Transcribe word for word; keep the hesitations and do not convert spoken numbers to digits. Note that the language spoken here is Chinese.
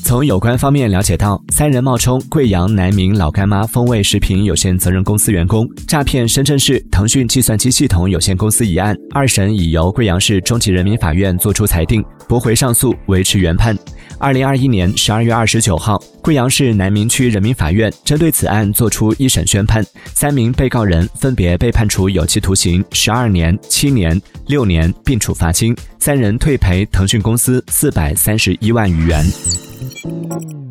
从有关方面了解到，三人冒充贵阳南明老干妈风味食品有限责任公司员工，诈骗深圳市腾讯计算机系统有限公司一案，二审已由贵阳市中级人民法院作出裁定，驳回上诉，维持原判。二零二一年十二月二十九号，贵阳市南明区人民法院针对此案作出一审宣判，三名被告人分别被判处有期徒刑十二年、七年、六年，并处罚金，三人退赔腾讯公司四百三十一万余元。